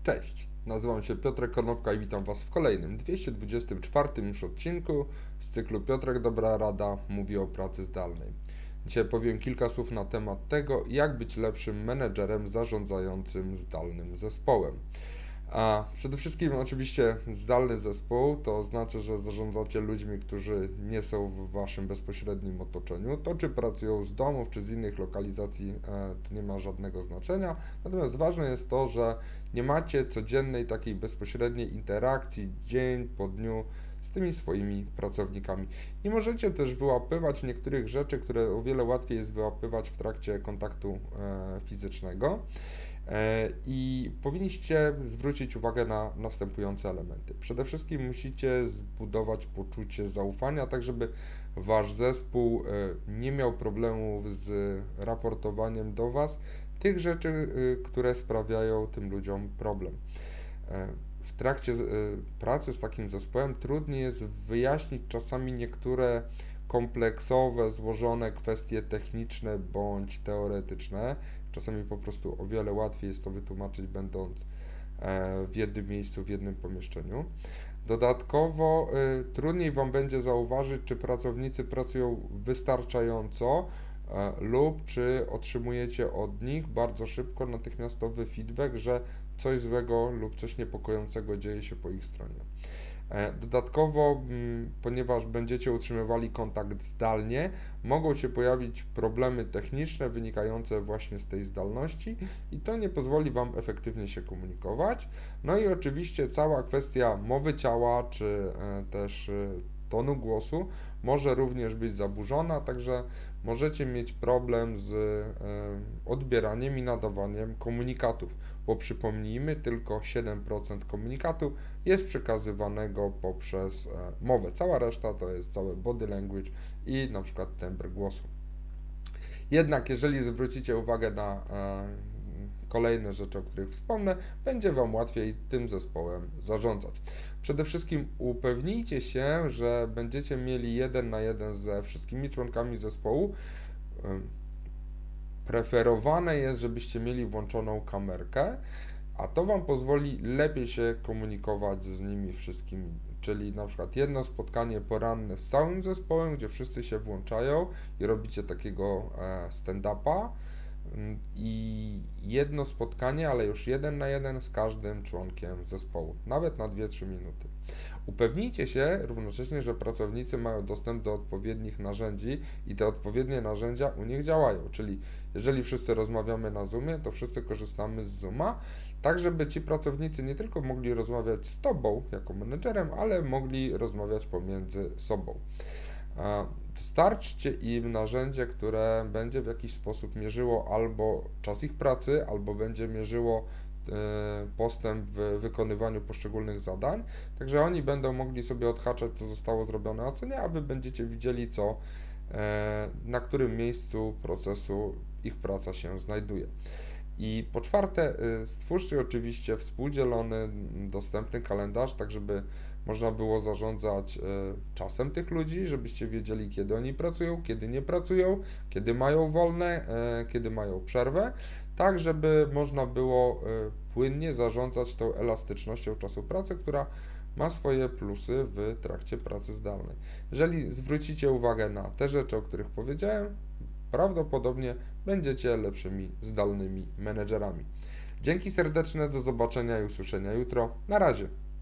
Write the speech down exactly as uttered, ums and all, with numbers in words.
Cześć, nazywam się Piotrek Konopka i witam Was w kolejnym dwieście dwudziestym czwartym już odcinku z cyklu Piotrek Dobra Rada mówi o pracy zdalnej. Dzisiaj powiem kilka słów na temat tego, jak być lepszym menedżerem zarządzającym zdalnym zespołem. A przede wszystkim oczywiście zdalny zespół to znaczy, że zarządzacie ludźmi, którzy nie są w Waszym bezpośrednim otoczeniu. To czy pracują z domów, czy z innych lokalizacji, e, to nie ma żadnego znaczenia. Natomiast ważne jest to, że nie macie codziennej takiej bezpośredniej interakcji dzień po dniu z tymi swoimi pracownikami. Nie możecie też wyłapywać niektórych rzeczy, które o wiele łatwiej jest wyłapywać w trakcie kontaktu e, fizycznego. I powinniście zwrócić uwagę na następujące elementy. Przede wszystkim musicie zbudować poczucie zaufania, tak żeby wasz zespół nie miał problemów z raportowaniem do was tych rzeczy, które sprawiają tym ludziom problem. W trakcie pracy z takim zespołem trudniej jest wyjaśnić czasami niektóre kompleksowe, złożone kwestie techniczne bądź teoretyczne. Czasami po prostu o wiele łatwiej jest to wytłumaczyć, będąc w jednym miejscu, w jednym pomieszczeniu. Dodatkowo y, trudniej Wam będzie zauważyć, czy pracownicy pracują wystarczająco y, lub czy otrzymujecie od nich bardzo szybko natychmiastowy feedback, że coś złego lub coś niepokojącego dzieje się po ich stronie. Dodatkowo, ponieważ będziecie utrzymywali kontakt zdalnie, mogą się pojawić problemy techniczne wynikające właśnie z tej zdalności i to nie pozwoli Wam efektywnie się komunikować. No i oczywiście cała kwestia mowy ciała, czy też tonu głosu może również być zaburzona, także możecie mieć problem z odbieraniem i nadawaniem komunikatów, bo przypomnijmy, tylko siedem procent komunikatu jest przekazywanego poprzez mowę. Cała reszta to jest całe body language i na przykład tembr głosu. Jednak jeżeli zwrócicie uwagę na kolejne rzeczy, o których wspomnę, będzie Wam łatwiej tym zespołem zarządzać. Przede wszystkim upewnijcie się, że będziecie mieli jeden na jeden ze wszystkimi członkami zespołu. Preferowane jest, żebyście mieli włączoną kamerkę, a to Wam pozwoli lepiej się komunikować z nimi wszystkimi. Czyli na przykład jedno spotkanie poranne z całym zespołem, gdzie wszyscy się włączają i robicie takiego stand-upa, i jedno spotkanie, ale już jeden na jeden z każdym członkiem zespołu, nawet na dwie trzy minuty. Upewnijcie się równocześnie, że pracownicy mają dostęp do odpowiednich narzędzi i te odpowiednie narzędzia u nich działają, czyli jeżeli wszyscy rozmawiamy na Zoomie, to wszyscy korzystamy z Zooma, tak żeby ci pracownicy nie tylko mogli rozmawiać z Tobą jako menedżerem, ale mogli rozmawiać pomiędzy sobą. Dostarczcie im narzędzie, które będzie w jakiś sposób mierzyło albo czas ich pracy, albo będzie mierzyło postęp w wykonywaniu poszczególnych zadań, także oni będą mogli sobie odhaczać, co zostało zrobione, a co nie, a Wy będziecie widzieli, co, na którym miejscu procesu ich praca się znajduje. I po czwarte, stwórzcie oczywiście współdzielony, dostępny kalendarz, tak żeby można było zarządzać czasem tych ludzi, żebyście wiedzieli, kiedy oni pracują, kiedy nie pracują, kiedy mają wolne, kiedy mają przerwę, tak żeby można było płynnie zarządzać tą elastycznością czasu pracy, która ma swoje plusy w trakcie pracy zdalnej. Jeżeli zwrócicie uwagę na te rzeczy, o których powiedziałem, prawdopodobnie będziecie lepszymi zdalnymi menedżerami. Dzięki serdeczne, do zobaczenia i usłyszenia jutro. Na razie.